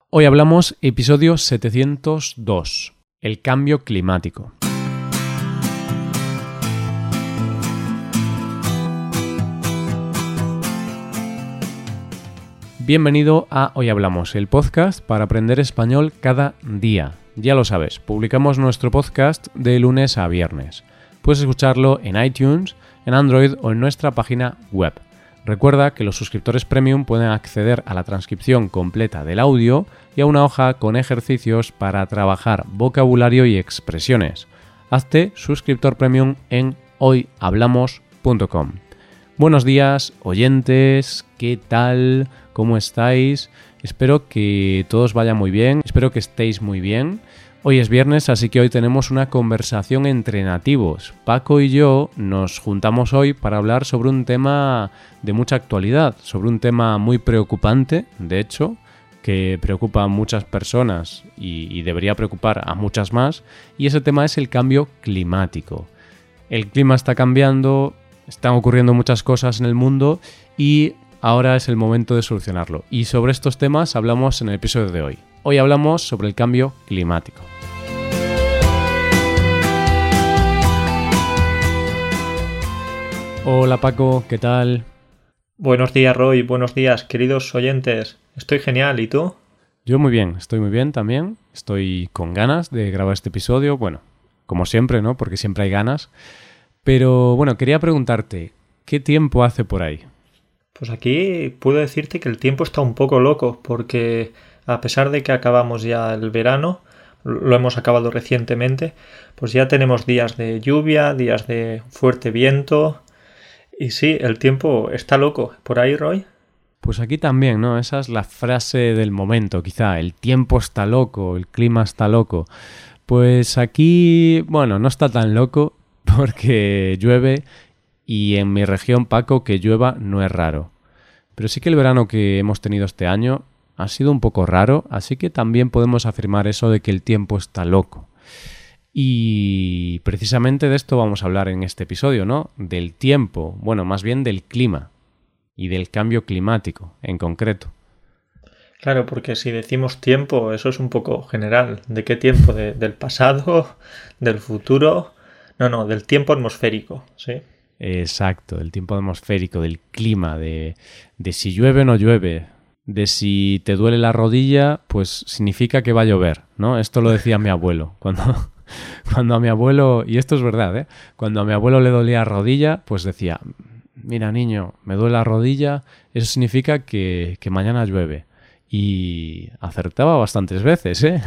Hoy hablamos episodio 702, el cambio climático. Bienvenido a Hoy Hablamos, el podcast para aprender español cada día. Ya lo sabes, publicamos nuestro podcast de lunes a viernes. Puedes escucharlo en iTunes, en Android o en nuestra página web. Recuerda que los suscriptores premium pueden acceder a la transcripción completa del audio y a una hoja con ejercicios para trabajar vocabulario y expresiones. Hazte suscriptor premium en hoyhablamos.com. Buenos días, oyentes, ¿qué tal? ¿Cómo estáis? Espero que todos vaya muy bien, espero que estéis muy bien. Hoy es viernes, así que hoy tenemos una conversación entre nativos. Paco y yo nos juntamos hoy para hablar sobre un tema de mucha actualidad, sobre un tema muy preocupante, de hecho, que preocupa a muchas personas y debería preocupar a muchas más, y ese tema es el cambio climático. El clima está cambiando, están ocurriendo muchas cosas en el mundo y ahora es el momento de solucionarlo. Y sobre estos temas hablamos en el episodio de hoy. Hoy hablamos sobre el cambio climático. Hola Paco, ¿qué tal? Buenos días Roy, buenos días queridos oyentes. Estoy genial, ¿y tú? Yo muy bien, estoy muy bien también. Estoy con ganas de grabar este episodio. Bueno, como siempre, ¿no? Porque siempre hay ganas. Pero bueno, quería preguntarte, ¿qué tiempo hace por ahí? Pues aquí puedo decirte que el tiempo está un poco loco porque a pesar de que acabamos ya el verano, lo hemos acabado recientemente, pues ya tenemos días de lluvia, días de fuerte viento y sí, el tiempo está loco. ¿Por ahí, Roy? Pues aquí también, ¿no? Esa es la frase del momento, quizá. El tiempo está loco, el clima está loco. Pues aquí, bueno, no está tan loco porque llueve y en mi región, Paco, que llueva no es raro. Pero sí que el verano que hemos tenido este año ha sido un poco raro, así que también podemos afirmar eso de que el tiempo está loco. Y precisamente de esto vamos a hablar en este episodio, ¿no? Del tiempo, bueno, más bien del clima y del cambio climático en concreto. Claro, porque si decimos tiempo, eso es un poco general. ¿De qué tiempo? ¿Del pasado? ¿Del futuro? No, del tiempo atmosférico, ¿sí? Exacto, del tiempo atmosférico, del clima, de si llueve o no llueve, de si te duele la rodilla, pues significa que va a llover, ¿no? Esto lo decía mi abuelo. Cuando a mi abuelo, y esto es verdad, ¿eh? Cuando a mi abuelo le dolía la rodilla, pues decía, mira niño, me duele la rodilla, eso significa que mañana llueve. Y acertaba bastantes veces, ¿eh?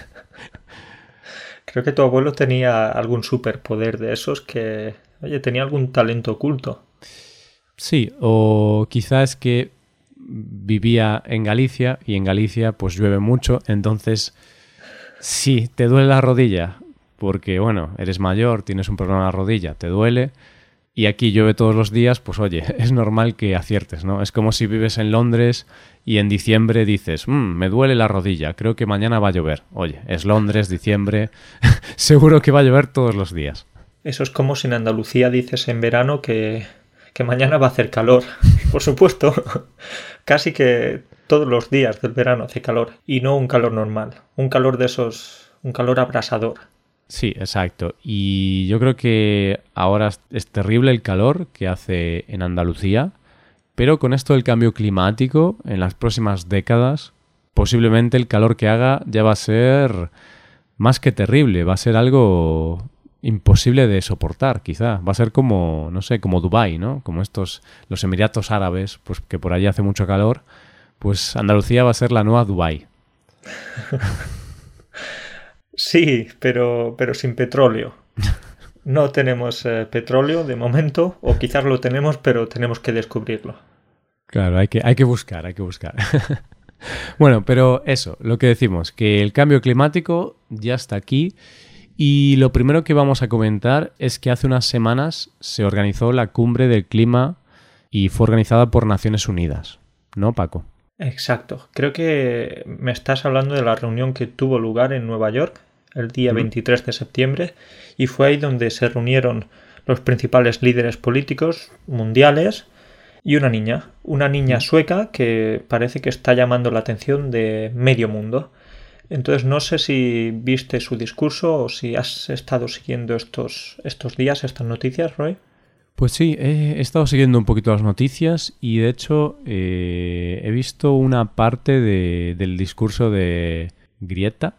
Creo que tu abuelo tenía algún superpoder de esos que, oye, tenía algún talento oculto. Sí, o quizás que vivía en Galicia y en Galicia pues llueve mucho, entonces si te duele la rodilla porque, bueno, eres mayor, tienes un problema en la rodilla, te duele y aquí llueve todos los días, pues oye, es normal que aciertes, ¿no? Es como si vives en Londres y en diciembre dices, me duele la rodilla, creo que mañana va a llover. Oye, es Londres, diciembre, seguro que va a llover todos los días. Eso es como si en Andalucía dices en verano que mañana va a hacer calor. Por supuesto, casi que todos los días del verano hace calor y no un calor normal, un calor de esos, un calor abrasador. Sí, exacto. Y yo creo que ahora es terrible el calor que hace en Andalucía, pero con esto del cambio climático, en las próximas décadas, posiblemente el calor que haga ya va a ser más que terrible, va a ser algo imposible de soportar, quizá. Va a ser como, no sé, como Dubái, ¿no? Como los Emiratos Árabes, pues que por allí hace mucho calor, pues Andalucía va a ser la nueva Dubái. Sí, pero sin petróleo. No tenemos petróleo de momento, o quizás lo tenemos, pero tenemos que descubrirlo. Claro, hay que buscar. Bueno, pero eso, lo que decimos, que el cambio climático ya está aquí y lo primero que vamos a comentar es que hace unas semanas se organizó la Cumbre del Clima y fue organizada por Naciones Unidas, ¿no, Paco? Exacto. Creo que me estás hablando de la reunión que tuvo lugar en Nueva York el día 23 de septiembre y fue ahí donde se reunieron los principales líderes políticos mundiales y una niña sueca que parece que está llamando la atención de medio mundo. Entonces no sé si viste su discurso o si has estado siguiendo estos días, estas noticias, Roy. Pues sí, he estado siguiendo un poquito las noticias y de hecho he visto una parte del discurso de Greta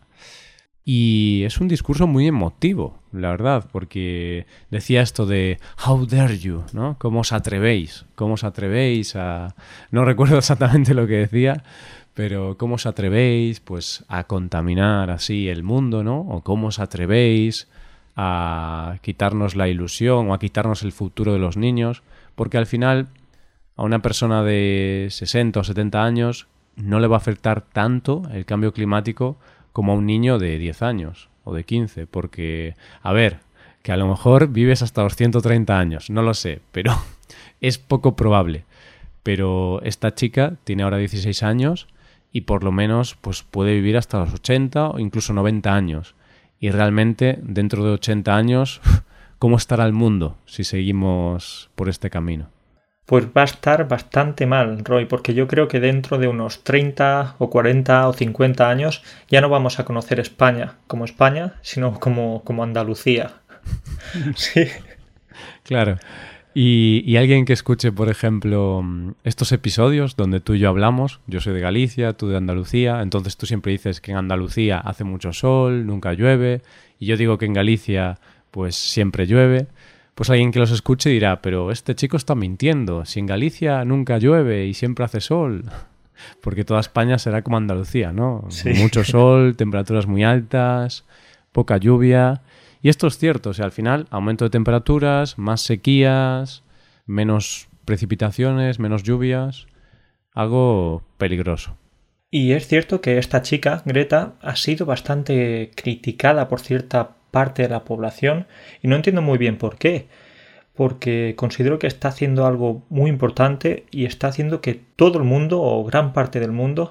y es un discurso muy emotivo, la verdad, porque decía esto de "How dare you", ¿no? ¿Cómo os atrevéis? ¿Cómo os atrevéis a...? No recuerdo exactamente lo que decía, pero ¿cómo os atrevéis pues a contaminar así el mundo, ¿no? O ¿cómo os atrevéis a quitarnos la ilusión o a quitarnos el futuro de los niños? Porque al final a una persona de 60 o 70 años no le va a afectar tanto el cambio climático como a un niño de 10 años o de 15, porque, a ver, que a lo mejor vives hasta los 130 años, no lo sé, pero es poco probable. Pero esta chica tiene ahora 16 años y por lo menos pues puede vivir hasta los 80 o incluso 90 años. Y realmente, dentro de 80 años, ¿cómo estará el mundo si seguimos por este camino? Pues va a estar bastante mal, Roy, porque yo creo que dentro de unos 30 o 40 o 50 años ya no vamos a conocer España, sino como Andalucía. Sí. Claro. Y alguien que escuche, por ejemplo, estos episodios donde tú y yo hablamos, yo soy de Galicia, tú de Andalucía, entonces tú siempre dices que en Andalucía hace mucho sol, nunca llueve, y yo digo que en Galicia pues siempre llueve, pues alguien que los escuche dirá, pero este chico está mintiendo, si en Galicia nunca llueve y siempre hace sol, porque toda España será como Andalucía, ¿no? Sí. Mucho sol, temperaturas muy altas, poca lluvia. Y esto es cierto, o sea, al final, aumento de temperaturas, más sequías, menos precipitaciones, menos lluvias, algo peligroso. Y es cierto que esta chica, Greta, ha sido bastante criticada por cierta parte de la población y no entiendo muy bien por qué, porque considero que está haciendo algo muy importante y está haciendo que todo el mundo o gran parte del mundo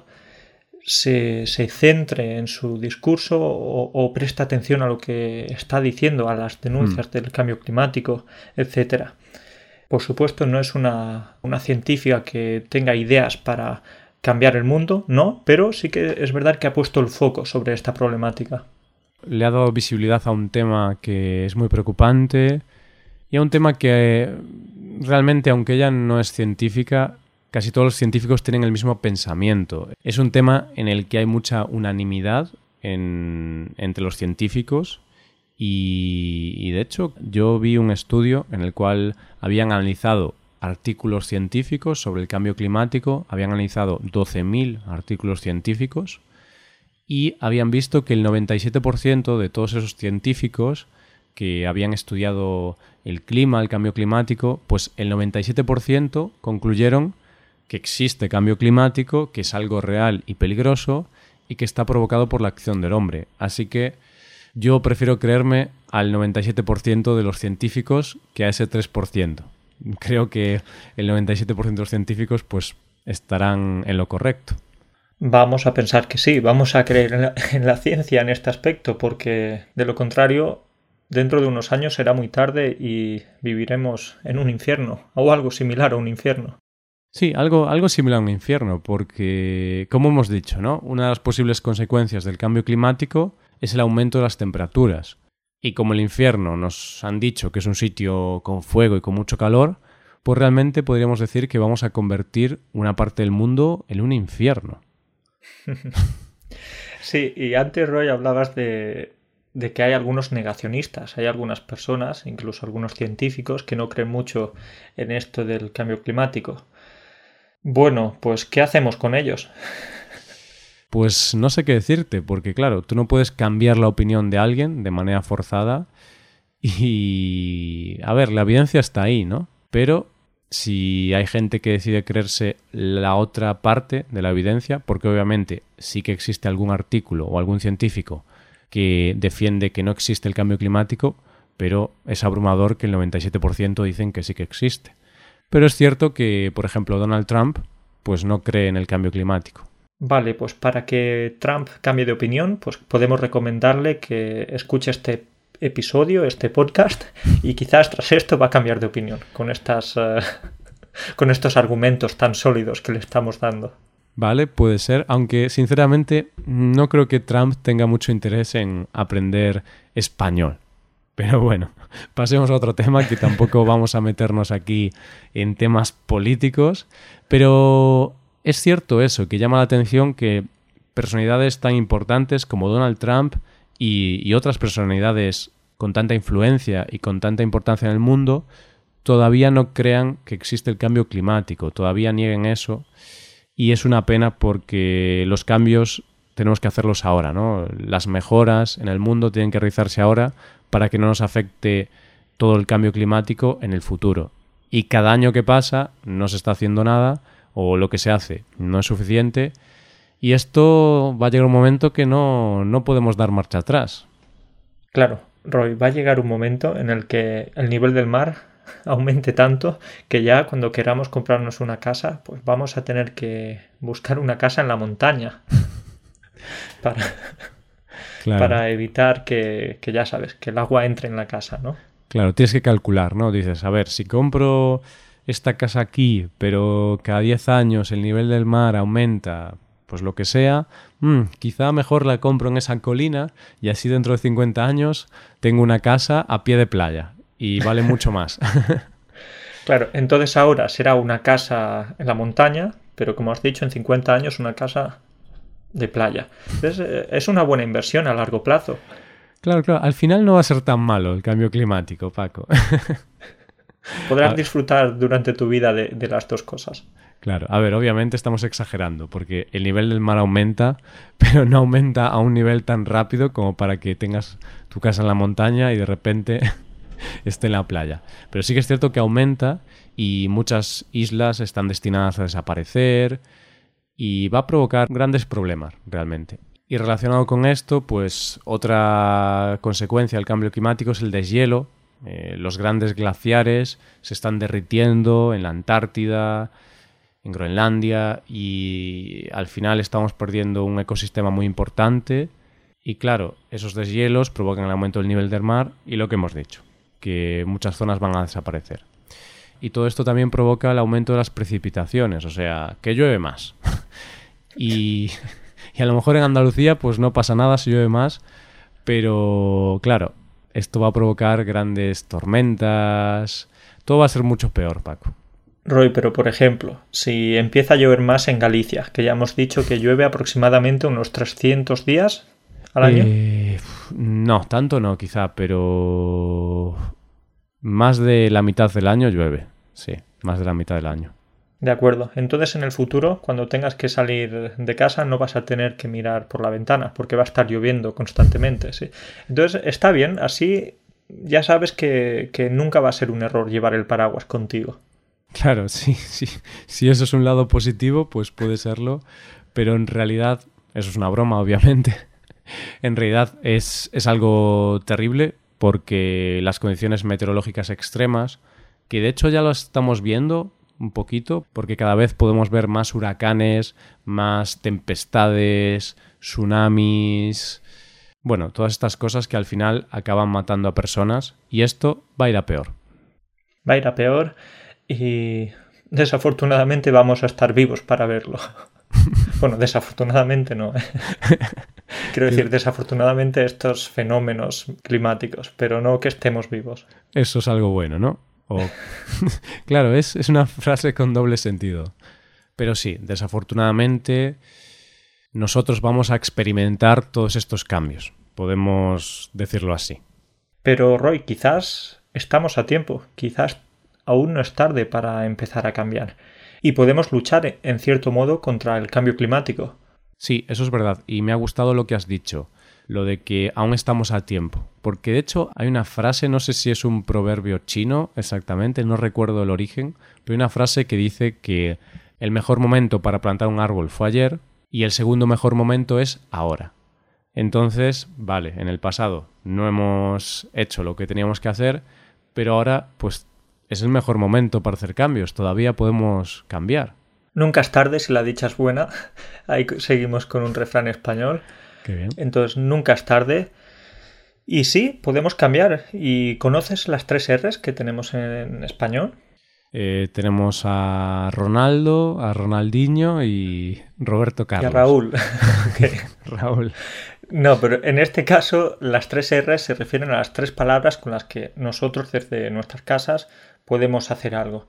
se centre en su discurso o preste atención a lo que está diciendo, a las denuncias del cambio climático, etc. Por supuesto, no es una científica que tenga ideas para cambiar el mundo, no, pero sí que es verdad que ha puesto el foco sobre esta problemática. Le ha dado visibilidad a un tema que es muy preocupante y a un tema que realmente, aunque ella no es científica, casi todos los científicos tienen el mismo pensamiento. Es un tema en el que hay mucha unanimidad entre los científicos y de hecho yo vi un estudio en el cual habían analizado artículos científicos sobre el cambio climático, habían analizado 12.000 artículos científicos y habían visto que el 97% de todos esos científicos que habían estudiado el clima, el cambio climático, pues el 97% concluyeron que existe cambio climático, que es algo real y peligroso y que está provocado por la acción del hombre. Así que yo prefiero creerme al 97% de los científicos que a ese 3%. Creo que el 97% de los científicos pues estarán en lo correcto. Vamos a pensar que sí, vamos a creer en la ciencia en este aspecto, porque de lo contrario, dentro de unos años será muy tarde y viviremos en un infierno, o algo similar a un infierno. Sí, algo similar a un infierno, porque, como hemos dicho, ¿no? Una de las posibles consecuencias del cambio climático es el aumento de las temperaturas. Y como el infierno nos han dicho que es un sitio con fuego y con mucho calor, pues realmente podríamos decir que vamos a convertir una parte del mundo en un infierno. Sí, y antes, Roy, hablabas de que hay algunos negacionistas, hay algunas personas, incluso algunos científicos, que no creen mucho en esto del cambio climático. Bueno, pues ¿qué hacemos con ellos? Pues no sé qué decirte, porque claro, tú no puedes cambiar la opinión de alguien de manera forzada y... A ver, la evidencia está ahí, ¿no? Pero si hay gente que decide creerse la otra parte de la evidencia, porque obviamente sí que existe algún artículo o algún científico que defiende que no existe el cambio climático, pero es abrumador que el 97% dicen que sí que existe. Pero es cierto que, por ejemplo, Donald Trump pues no cree en el cambio climático. Vale, pues para que Trump cambie de opinión, pues podemos recomendarle que escuche este episodio, este podcast, y quizás tras esto va a cambiar de opinión con estas con estos argumentos tan sólidos que le estamos dando. Vale, puede ser, aunque sinceramente no creo que Trump tenga mucho interés en aprender español. Pero bueno, pasemos a otro tema, que tampoco vamos a meternos aquí en temas políticos. Pero es cierto eso, que llama la atención que personalidades tan importantes como Donald Trump y otras personalidades con tanta influencia y con tanta importancia en el mundo todavía no crean que existe el cambio climático, todavía nieguen eso. Y es una pena porque los cambios tenemos que hacerlos ahora, ¿no? Las mejoras en el mundo tienen que realizarse ahora para que no nos afecte todo el cambio climático en el futuro. Y cada año que pasa no se está haciendo nada, o lo que se hace no es suficiente, y esto va a llegar un momento que no podemos dar marcha atrás. Claro, Roy, va a llegar un momento en el que el nivel del mar aumente tanto que ya cuando queramos comprarnos una casa, pues vamos a tener que buscar una casa en la montaña para evitar que ya sabes, que el agua entre en la casa, ¿no? Claro, tienes que calcular, ¿no? Dices, a ver, si compro esta casa aquí, pero cada 10 años el nivel del mar aumenta, pues lo que sea, quizá mejor la compro en esa colina y así dentro de 50 años tengo una casa a pie de playa. Y vale mucho más. Claro, entonces ahora será una casa en la montaña, pero como has dicho, en 50 años una casa de playa. Entonces es una buena inversión a largo plazo. Claro, al final no va a ser tan malo el cambio climático, Paco. Podrás disfrutar durante tu vida de las dos cosas. Claro, a ver, obviamente estamos exagerando, porque el nivel del mar aumenta, pero no aumenta a un nivel tan rápido como para que tengas tu casa en la montaña y de repente esté en la playa. Pero sí que es cierto que aumenta y muchas islas están destinadas a desaparecer y va a provocar grandes problemas realmente. Y relacionado con esto, pues otra consecuencia del cambio climático es el deshielo. Los grandes glaciares se están derritiendo en la Antártida, en Groenlandia, y al final estamos perdiendo un ecosistema muy importante. Y claro, esos deshielos provocan el aumento del nivel del mar y lo que hemos dicho, que muchas zonas van a desaparecer. Y todo esto también provoca el aumento de las precipitaciones, o sea, que llueve más. y a lo mejor en Andalucía pues no pasa nada si llueve más, pero claro, esto va a provocar grandes tormentas, todo va a ser mucho peor, Paco. Roy, pero por ejemplo, si empieza a llover más en Galicia, que ya hemos dicho que llueve aproximadamente unos 300 días al año. No, tanto no quizá, pero más de la mitad del año llueve, sí, más de la mitad del año. De acuerdo, entonces en el futuro, cuando tengas que salir de casa, no vas a tener que mirar por la ventana, porque va a estar lloviendo constantemente, ¿sí? Entonces está bien, así ya sabes que nunca va a ser un error llevar el paraguas contigo. Claro, sí. Si eso es un lado positivo, pues puede serlo, pero en realidad, eso es una broma, obviamente. En realidad es algo terrible porque las condiciones meteorológicas extremas, que de hecho ya lo estamos viendo un poquito, porque cada vez podemos ver más huracanes, más tempestades, tsunamis, bueno, todas estas cosas que al final acaban matando a personas, y esto va a ir a peor. Va a ir a peor y desafortunadamente vamos a estar vivos para verlo. Bueno, desafortunadamente no. Quiero decir, desafortunadamente estos fenómenos climáticos, pero no que estemos vivos. Eso es algo bueno, ¿no? Claro, es una frase con doble sentido. Pero sí, desafortunadamente nosotros vamos a experimentar todos estos cambios. Podemos decirlo así. Pero Roy, quizás estamos a tiempo. Quizás aún no es tarde para empezar a cambiar. Y podemos luchar, en cierto modo, contra el cambio climático. Sí, eso es verdad. Y me ha gustado lo que has dicho. Lo de que aún estamos a tiempo. Porque de hecho hay una frase, no sé si es un proverbio chino exactamente, no recuerdo el origen, pero hay una frase que dice que el mejor momento para plantar un árbol fue ayer y el segundo mejor momento es ahora. Entonces, vale, en el pasado no hemos hecho lo que teníamos que hacer, pero ahora pues es el mejor momento para hacer cambios, todavía podemos cambiar. Nunca es tarde si la dicha es buena. Ahí seguimos con un refrán español. Qué bien. Entonces, nunca es tarde. Y sí, podemos cambiar. ¿Y conoces las 3 R's que tenemos en español? tenemos a Ronaldo, a Ronaldinho y Roberto Carlos. Y a Raúl. Raúl. No, pero en este caso las 3 R se refieren a las 3 palabras con las que nosotros desde nuestras casas podemos hacer algo.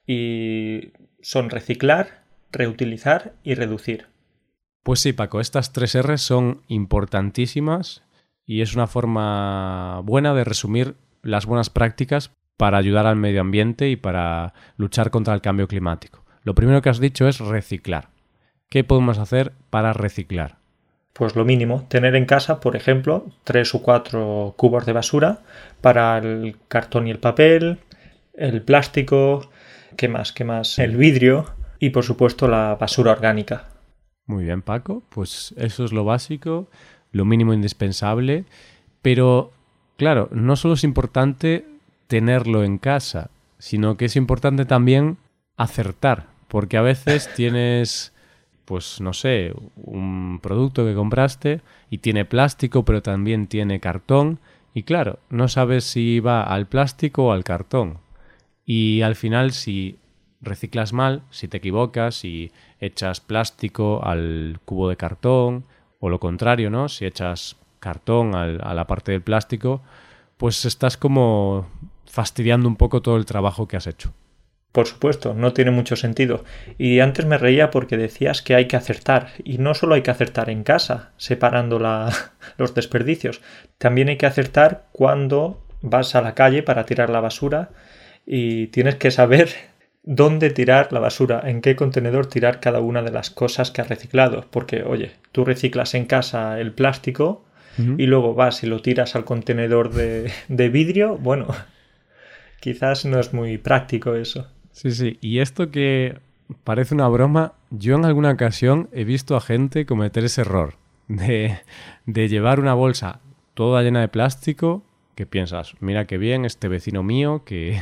Y son reciclar, reutilizar y reducir. Pues sí, Paco, estas 3 R son importantísimas y es una forma buena de resumir las buenas prácticas para ayudar al medio ambiente y para luchar contra el cambio climático. Lo primero que has dicho es reciclar. ¿Qué podemos hacer para reciclar? Pues lo mínimo, tener en casa, por ejemplo, 3 o 4 cubos de basura para el cartón y el papel, el plástico, ¿qué más? El vidrio y, por supuesto, la basura orgánica. Muy bien, Paco, pues eso es lo básico, lo mínimo indispensable, pero claro, no solo es importante tenerlo en casa, sino que es importante también acertar, porque a veces tienes, pues no sé, un producto que compraste y tiene plástico, pero también tiene cartón, y claro, no sabes si va al plástico o al cartón. Y al final, si reciclas mal, si te equivocas, si echas plástico al cubo de cartón, o lo contrario, ¿no? Si echas cartón a la parte del plástico, pues estás como fastidiando un poco todo el trabajo que has hecho. Por supuesto, no tiene mucho sentido. Y antes me reía porque decías que hay que acertar. Y no solo hay que acertar en casa, separando los desperdicios. También hay que acertar cuando vas a la calle para tirar la basura y tienes que saber dónde tirar la basura, en qué contenedor tirar cada una de las cosas que has reciclado. Porque, oye, tú reciclas en casa el plástico y luego vas y lo tiras al contenedor de vidrio. Bueno, quizás no es muy práctico eso. Sí, sí. Y esto que parece una broma, yo en alguna ocasión he visto a gente cometer ese error de llevar una bolsa toda llena de plástico, que piensas, mira qué bien este vecino mío que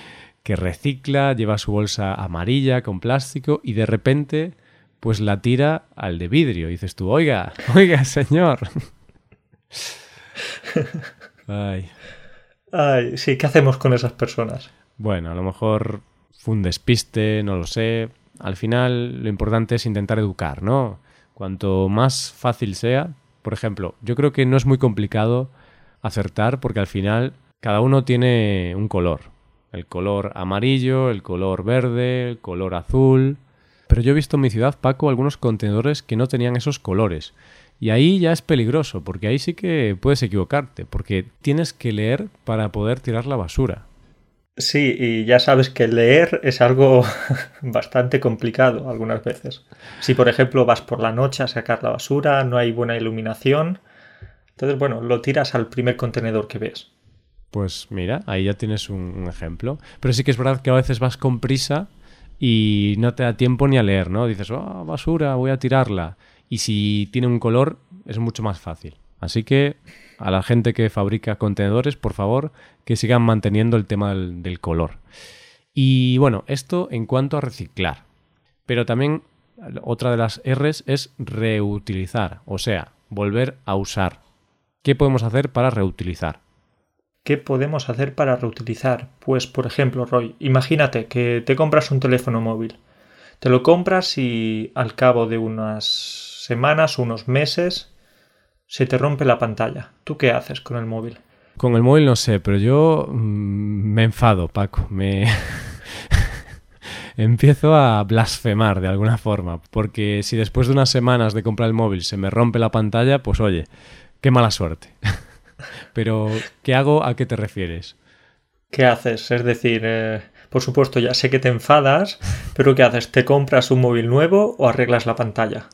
recicla, lleva su bolsa amarilla con plástico y de repente pues la tira al de vidrio. Y dices tú, oiga, señor. Ay. Ay, sí, ¿qué hacemos con esas personas? Bueno, a lo mejor fue un despiste, no lo sé. Al final lo importante es intentar educar, ¿no? Cuanto más fácil sea, por ejemplo, yo creo que no es muy complicado acertar porque al final cada uno tiene un color. El color amarillo, el color verde, el color azul. Pero yo he visto en mi ciudad, Paco, algunos contenedores que no tenían esos colores. Y ahí ya es peligroso, porque ahí sí que puedes equivocarte, porque tienes que leer para poder tirar la basura. Sí, y ya sabes que leer es algo bastante complicado algunas veces. Si, por ejemplo, vas por la noche a sacar la basura, no hay buena iluminación, entonces, bueno, lo tiras al primer contenedor que ves. Pues mira, ahí ya tienes un ejemplo. Pero sí que es verdad que a veces vas con prisa y no te da tiempo ni a leer, ¿no? Dices, basura, voy a tirarla. Y si tiene un color, es mucho más fácil. Así que a la gente que fabrica contenedores, por favor, que sigan manteniendo el tema del color. Y bueno, esto en cuanto a reciclar. Pero también otra de las R's es reutilizar, o sea, volver a usar. ¿Qué podemos hacer para reutilizar? ¿Qué podemos hacer para reutilizar? Pues, por ejemplo, Roy, imagínate que te compras un teléfono móvil. Te lo compras y al cabo de unas semanas, unos meses, se te rompe la pantalla. ¿Tú qué haces con el móvil? Con el móvil no sé, pero yo me enfado, Paco. Empiezo a blasfemar de alguna forma, porque si después de unas semanas de comprar el móvil se me rompe la pantalla, pues oye, qué mala suerte. Pero, ¿qué hago? ¿A qué te refieres? ¿Qué haces? Es decir, por supuesto, ya sé que te enfadas, pero ¿qué haces? ¿Te compras un móvil nuevo o arreglas la pantalla?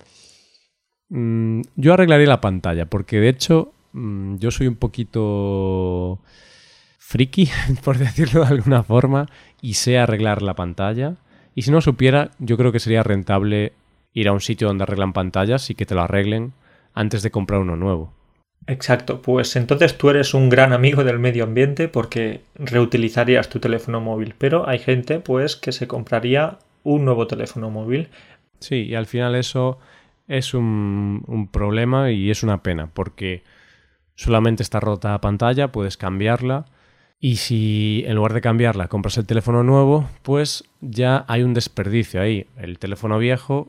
Yo arreglaría la pantalla, porque de hecho yo soy un poquito friki, por decirlo de alguna forma, y sé arreglar la pantalla. Y si no supiera, yo creo que sería rentable ir a un sitio donde arreglan pantallas y que te lo arreglen antes de comprar uno nuevo. Exacto, pues entonces tú eres un gran amigo del medio ambiente porque reutilizarías tu teléfono móvil, pero hay gente pues que se compraría un nuevo teléfono móvil. Sí, y al final eso es un problema y es una pena porque solamente está rota la pantalla, puedes cambiarla Y si en lugar de cambiarla compras el teléfono nuevo, pues ya hay un desperdicio ahí. El teléfono viejo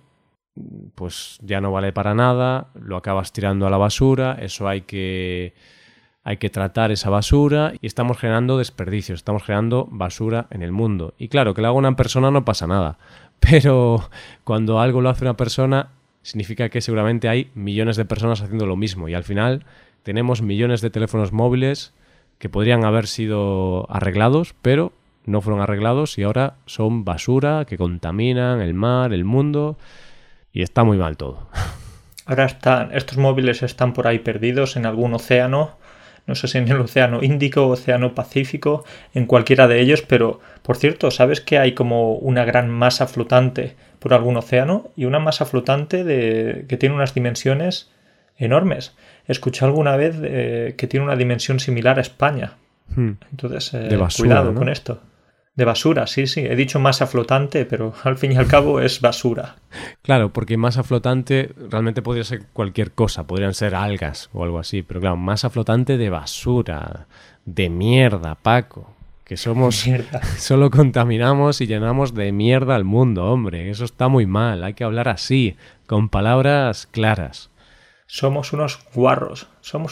pues ya no vale para nada, lo acabas tirando a la basura, eso hay que tratar esa basura y estamos generando desperdicios, estamos generando basura en el mundo. Y claro, que lo haga una persona no pasa nada, pero cuando algo lo hace una persona significa que seguramente hay millones de personas haciendo lo mismo y al final tenemos millones de teléfonos móviles que podrían haber sido arreglados, pero no fueron arreglados y ahora son basura que contaminan el mar, el mundo y está muy mal todo. Ahora estos móviles están por ahí perdidos en algún océano, no sé si en el océano Índico o océano Pacífico, en cualquiera de ellos, pero por cierto, ¿sabes que hay como una gran masa flotante por algún océano? Y una masa flotante que tiene unas dimensiones enormes. Escuché alguna vez que tiene una dimensión similar a España. Entonces, de basura, cuidado, ¿no?, con esto. De basura, sí. He dicho masa flotante, pero al fin y al cabo es basura. Claro, porque masa flotante realmente podría ser cualquier cosa. Podrían ser algas o algo así. Pero claro, masa flotante de basura, de mierda, Paco. Que somos... Mierda. Solo contaminamos y llenamos de mierda al mundo, hombre. Eso está muy mal. Hay que hablar así, con palabras claras. Somos unos guarros,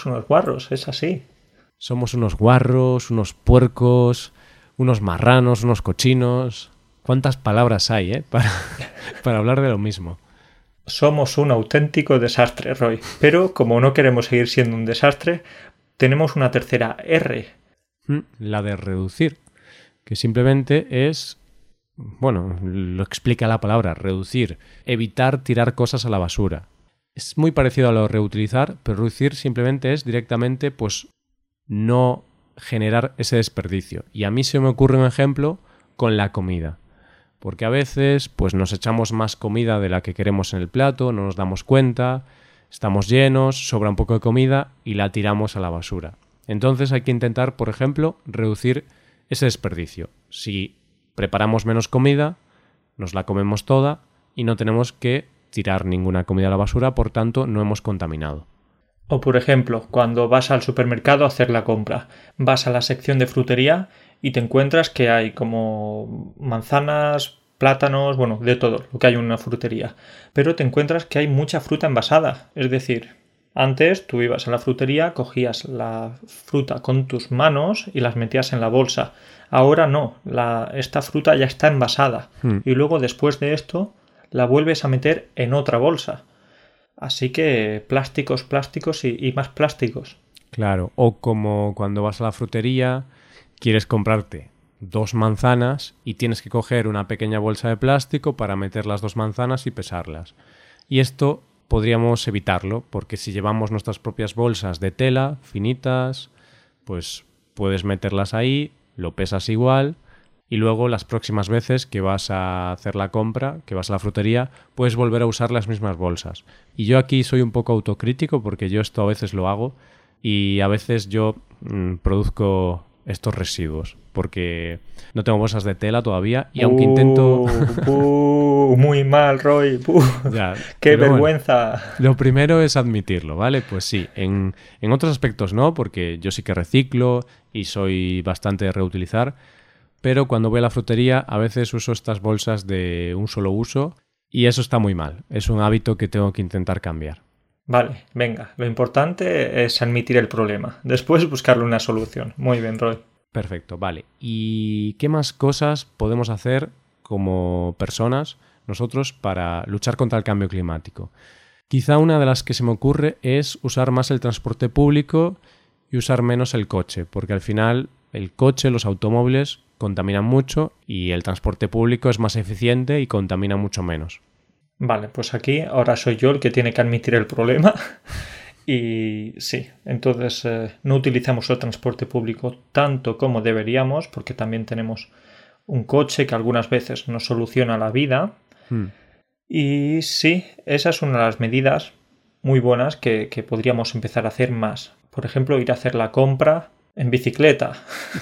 es así. Somos unos guarros, unos puercos, unos marranos, unos cochinos. ¿Cuántas palabras hay, para hablar de lo mismo? Somos un auténtico desastre, Roy. Pero como no queremos seguir siendo un desastre, tenemos una tercera R. La de reducir, que simplemente es, bueno, lo explica la palabra, reducir, evitar tirar cosas a la basura. Es muy parecido a lo de reutilizar, pero reducir simplemente es directamente, pues, no generar ese desperdicio. Y a mí se me ocurre un ejemplo con la comida. Porque a veces, pues, nos echamos más comida de la que queremos en el plato, no nos damos cuenta, estamos llenos, sobra un poco de comida y la tiramos a la basura. Entonces hay que intentar, por ejemplo, reducir ese desperdicio. Si preparamos menos comida, nos la comemos toda y no tenemos que tirar ninguna comida a la basura, por tanto no hemos contaminado. O por ejemplo, cuando vas al supermercado a hacer la compra, vas a la sección de frutería y te encuentras que hay como manzanas, plátanos, bueno, de todo lo que hay en una frutería. Pero te encuentras que hay mucha fruta envasada. Es decir, antes tú ibas a la frutería, cogías la fruta con tus manos y las metías en la bolsa. Ahora no, esta fruta ya está envasada. Y luego después de esto la vuelves a meter en otra bolsa. Así que plásticos y más plásticos. Claro, o como cuando vas a la frutería, quieres comprarte 2 manzanas y tienes que coger una pequeña bolsa de plástico para meter las 2 manzanas y pesarlas. Y esto podríamos evitarlo, porque si llevamos nuestras propias bolsas de tela, finitas, pues puedes meterlas ahí, lo pesas igual y luego las próximas veces que vas a hacer la compra, que vas a la frutería, puedes volver a usar las mismas bolsas. Y yo aquí soy un poco autocrítico porque yo esto a veces lo hago y a veces yo produzco estos residuos porque no tengo bolsas de tela todavía y aunque intento... muy mal, Roy. Ya, ¡Qué vergüenza! Bueno, lo primero es admitirlo, ¿vale? Pues sí, en otros aspectos no, porque yo sí que reciclo y soy bastante de reutilizar, pero cuando voy a la frutería a veces uso estas bolsas de un solo uso y eso está muy mal. Es un hábito que tengo que intentar cambiar. Vale, venga. Lo importante es admitir el problema. Después buscarle una solución. Muy bien, Roy. Perfecto, vale. ¿Y qué más cosas podemos hacer como personas nosotros para luchar contra el cambio climático? Quizá una de las que se me ocurre es usar más el transporte público y usar menos el coche, porque al final el coche, los automóviles contaminan mucho y el transporte público es más eficiente y contamina mucho menos. Vale, pues aquí ahora soy yo el que tiene que admitir el problema y sí, entonces no utilizamos el transporte público tanto como deberíamos porque también tenemos un coche que algunas veces nos soluciona la vida y sí, esa es una de las medidas muy buenas que podríamos empezar a hacer más. Por ejemplo, ir a hacer la compra en bicicleta.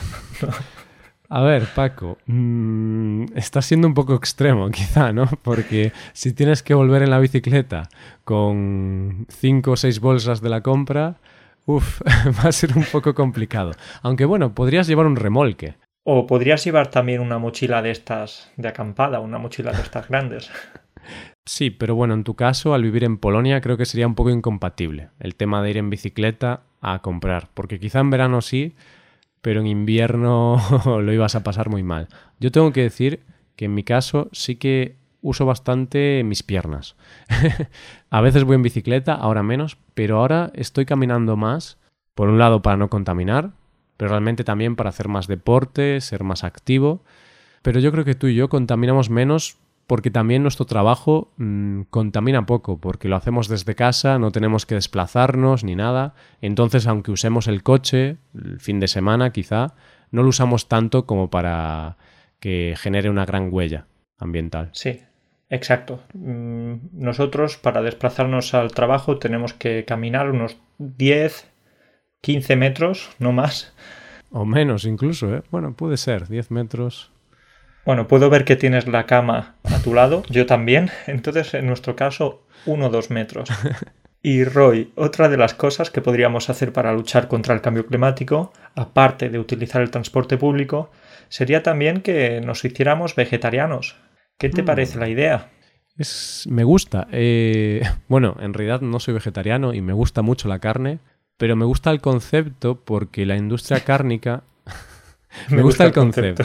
A ver, Paco, está siendo un poco extremo quizá, ¿no? Porque si tienes que volver en la bicicleta con 5 o 6 bolsas de la compra, Uf, va a ser un poco complicado. Aunque bueno, podrías llevar un remolque. O podrías llevar también una mochila de estas de acampada, una mochila de estas grandes. Sí, pero bueno, en tu caso, al vivir en Polonia, creo que sería un poco incompatible el tema de ir en bicicleta a comprar. Porque quizá en verano sí, pero en invierno lo ibas a pasar muy mal. Yo tengo que decir que en mi caso sí que uso bastante mis piernas. A veces voy en bicicleta, ahora menos, pero ahora estoy caminando más, por un lado para no contaminar, pero realmente también para hacer más deporte, ser más activo. Pero yo creo que tú y yo contaminamos menos porque también nuestro trabajo contamina poco, porque lo hacemos desde casa, no tenemos que desplazarnos ni nada. Entonces, aunque usemos el coche, el fin de semana quizá, no lo usamos tanto como para que genere una gran huella ambiental. Sí, exacto. Nosotros para desplazarnos al trabajo tenemos que caminar unos 10, 15 metros, no más. O menos incluso, ¿eh? Bueno, puede ser, 10 metros. Bueno, puedo ver que tienes la cama a tu lado, yo también. Entonces, en nuestro caso, 1 o 2 metros. Y Roy, otra de las cosas que podríamos hacer para luchar contra el cambio climático, aparte de utilizar el transporte público, sería también que nos hiciéramos vegetarianos. ¿Qué te parece la idea? Me gusta. Bueno, en realidad no soy vegetariano y me gusta mucho la carne, pero me gusta el concepto porque la industria cárnica... Me gusta el concepto.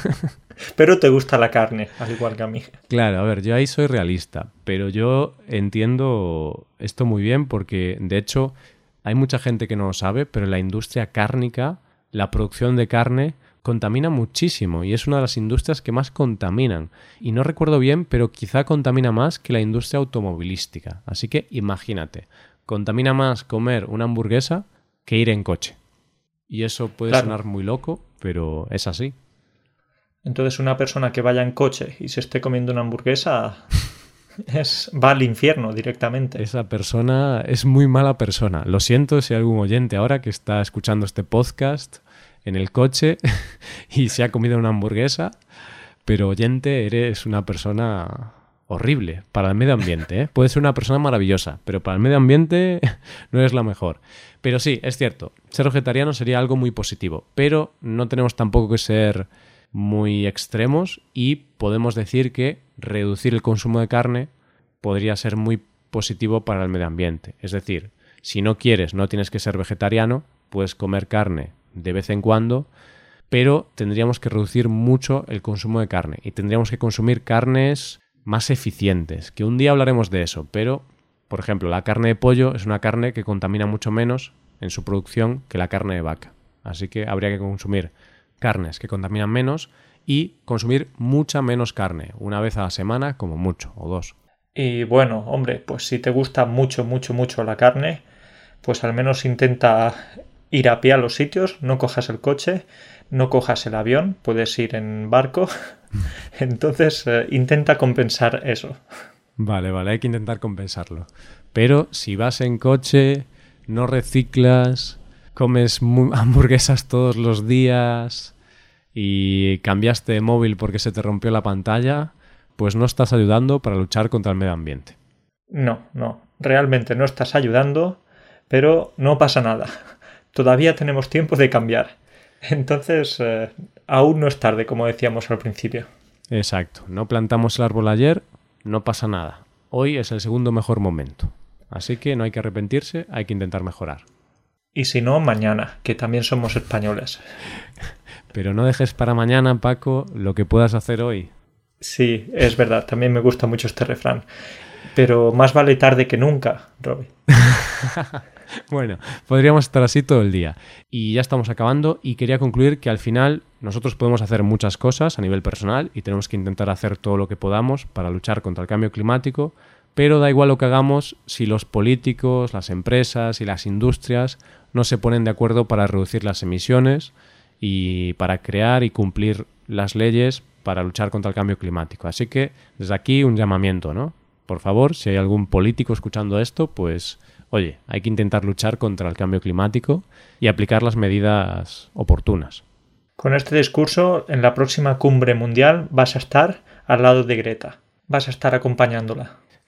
Pero te gusta la carne, al igual que a mí. Claro, a ver, yo ahí soy realista, pero yo entiendo esto muy bien porque, de hecho, hay mucha gente que no lo sabe, pero la industria cárnica, la producción de carne, contamina muchísimo y es una de las industrias que más contaminan. Y no recuerdo bien, pero quizá contamina más que la industria automovilística. Así que imagínate, contamina más comer una hamburguesa que ir en coche. Y eso puede sonar muy loco, pero es así. Entonces una persona que vaya en coche y se esté comiendo una hamburguesa va al infierno directamente. Esa persona es muy mala persona. Lo siento si hay algún oyente ahora que está escuchando este podcast en el coche y se ha comido una hamburguesa, pero oyente, eres una persona horrible para el medio ambiente, ¿eh? Puedes ser una persona maravillosa, pero para el medio ambiente no eres la mejor. Pero sí, es cierto, ser vegetariano sería algo muy positivo, pero no tenemos tampoco que ser muy extremos y podemos decir que reducir el consumo de carne podría ser muy positivo para el medio ambiente. Es decir, si no quieres, no tienes que ser vegetariano, puedes comer carne de vez en cuando, pero tendríamos que reducir mucho el consumo de carne y tendríamos que consumir carnes más eficientes, que un día hablaremos de eso, pero, por ejemplo, la carne de pollo es una carne que contamina mucho menos en su producción que la carne de vaca. Así que habría que consumir carnes que contaminan menos y consumir mucha menos carne, una vez a la semana como mucho, o 2. Y bueno, hombre, pues si te gusta mucho, mucho, mucho la carne, pues al menos intenta ir a pie a los sitios, no cojas el coche, no cojas el avión, puedes ir en barco. Entonces intenta compensar eso. Vale, hay que intentar compensarlo. Pero si vas en coche, no reciclas, comes hamburguesas todos los días y cambiaste de móvil porque se te rompió la pantalla, pues no estás ayudando para luchar contra el medio ambiente. No, realmente no estás ayudando, pero no pasa nada. Todavía tenemos tiempo de cambiar. Entonces, aún no es tarde, como decíamos al principio. Exacto. No plantamos el árbol ayer, no pasa nada. Hoy es el segundo mejor momento. Así que no hay que arrepentirse, hay que intentar mejorar. Y si no, mañana, que también somos españoles. Pero no dejes para mañana, Paco, lo que puedas hacer hoy. Sí, es verdad. También me gusta mucho este refrán. Pero más vale tarde que nunca, Robbie. Bueno, podríamos estar así todo el día. Y ya estamos acabando y quería concluir que al final nosotros podemos hacer muchas cosas a nivel personal y tenemos que intentar hacer todo lo que podamos para luchar contra el cambio climático, pero da igual lo que hagamos si los políticos, las empresas y las industrias no se ponen de acuerdo para reducir las emisiones y para crear y cumplir las leyes para luchar contra el cambio climático. Así que desde aquí un llamamiento, ¿no? Por favor, si hay algún político escuchando esto, pues oye, hay que intentar luchar contra el cambio climático y aplicar las medidas oportunas. Con este discurso, en la próxima cumbre mundial vas a estar al lado de Greta. Vas a estar acompañándola.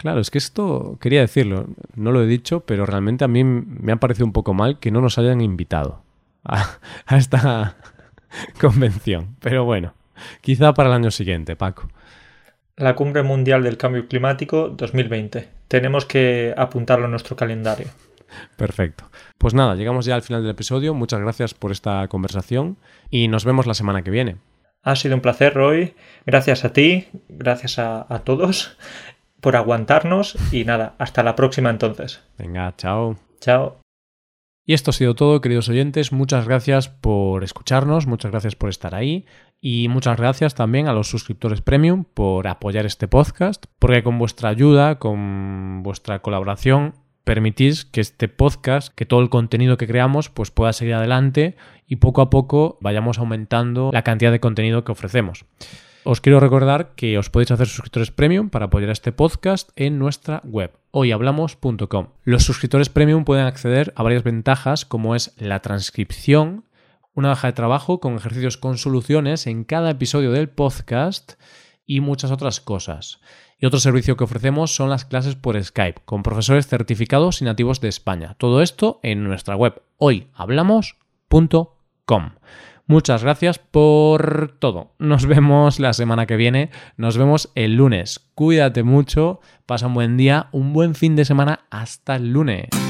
Claro, es que esto, quería decirlo, no lo he dicho, pero realmente a mí me ha parecido un poco mal que no nos hayan invitado a esta convención. Pero bueno, quizá para el año siguiente, Paco. La Cumbre Mundial del Cambio Climático 2020. Tenemos que apuntarlo en nuestro calendario. Perfecto. Pues nada, llegamos ya al final del episodio. Muchas gracias por esta conversación y nos vemos la semana que viene. Ha sido un placer, Roy. Gracias a ti, gracias a todos por aguantarnos y nada, hasta la próxima entonces. Venga, chao. Chao. Y esto ha sido todo, queridos oyentes. Muchas gracias por escucharnos, muchas gracias por estar ahí y muchas gracias también a los suscriptores premium por apoyar este podcast, porque con vuestra ayuda, con vuestra colaboración, permitís que este podcast, que todo el contenido que creamos, pues pueda seguir adelante y poco a poco vayamos aumentando la cantidad de contenido que ofrecemos. Os quiero recordar que os podéis hacer suscriptores premium para apoyar a este podcast en nuestra web, hoyhablamos.com. Los suscriptores premium pueden acceder a varias ventajas como es la transcripción, una hoja de trabajo con ejercicios con soluciones en cada episodio del podcast y muchas otras cosas. Y otro servicio que ofrecemos son las clases por Skype con profesores certificados y nativos de España. Todo esto en nuestra web hoyhablamos.com. Muchas gracias por todo. Nos vemos la semana que viene. Nos vemos el lunes. Cuídate mucho. Pasa un buen día, un buen fin de semana. Hasta el lunes.